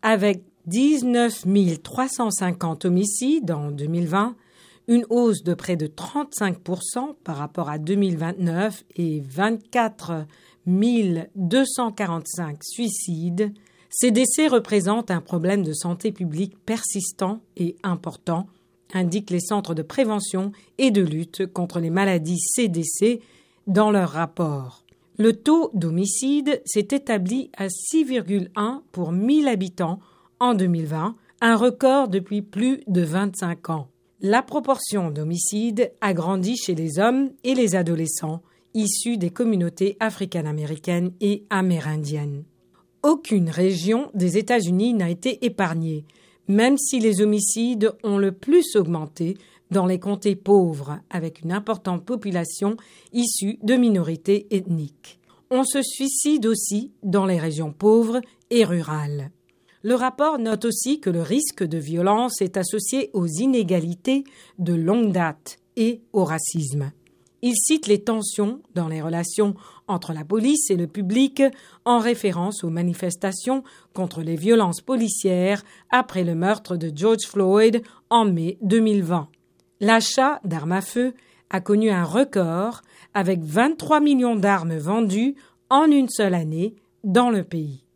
avec 19 350 homicides en 2020, une hausse de près de 35% par rapport à 2029 et 24 245 suicides. Ces décès représentent un problème de santé publique persistant et important, indiquent les centres de prévention et de lutte contre les maladies CDC dans leur rapport. Le taux d'homicide s'est établi à 6,1 pour 1000 habitants en 2020, un record depuis plus de 25 ans. La proportion d'homicides a grandi chez les hommes et les adolescents issus des communautés africaines-américaines et amérindiennes. Aucune région des États-Unis n'a été épargnée, même si les homicides ont le plus augmenté dans les comtés pauvres, avec une importante population issue de minorités ethniques. On se suicide aussi dans les régions pauvres et rurales. Le rapport note aussi que le risque de violence est associé aux inégalités de longue date et au racisme. Il cite les tensions dans les relations entre la police et le public en référence aux manifestations contre les violences policières après le meurtre de George Floyd en mai 2020. L'achat d'armes à feu a connu un record avec 23 millions d'armes vendues en une seule année dans le pays.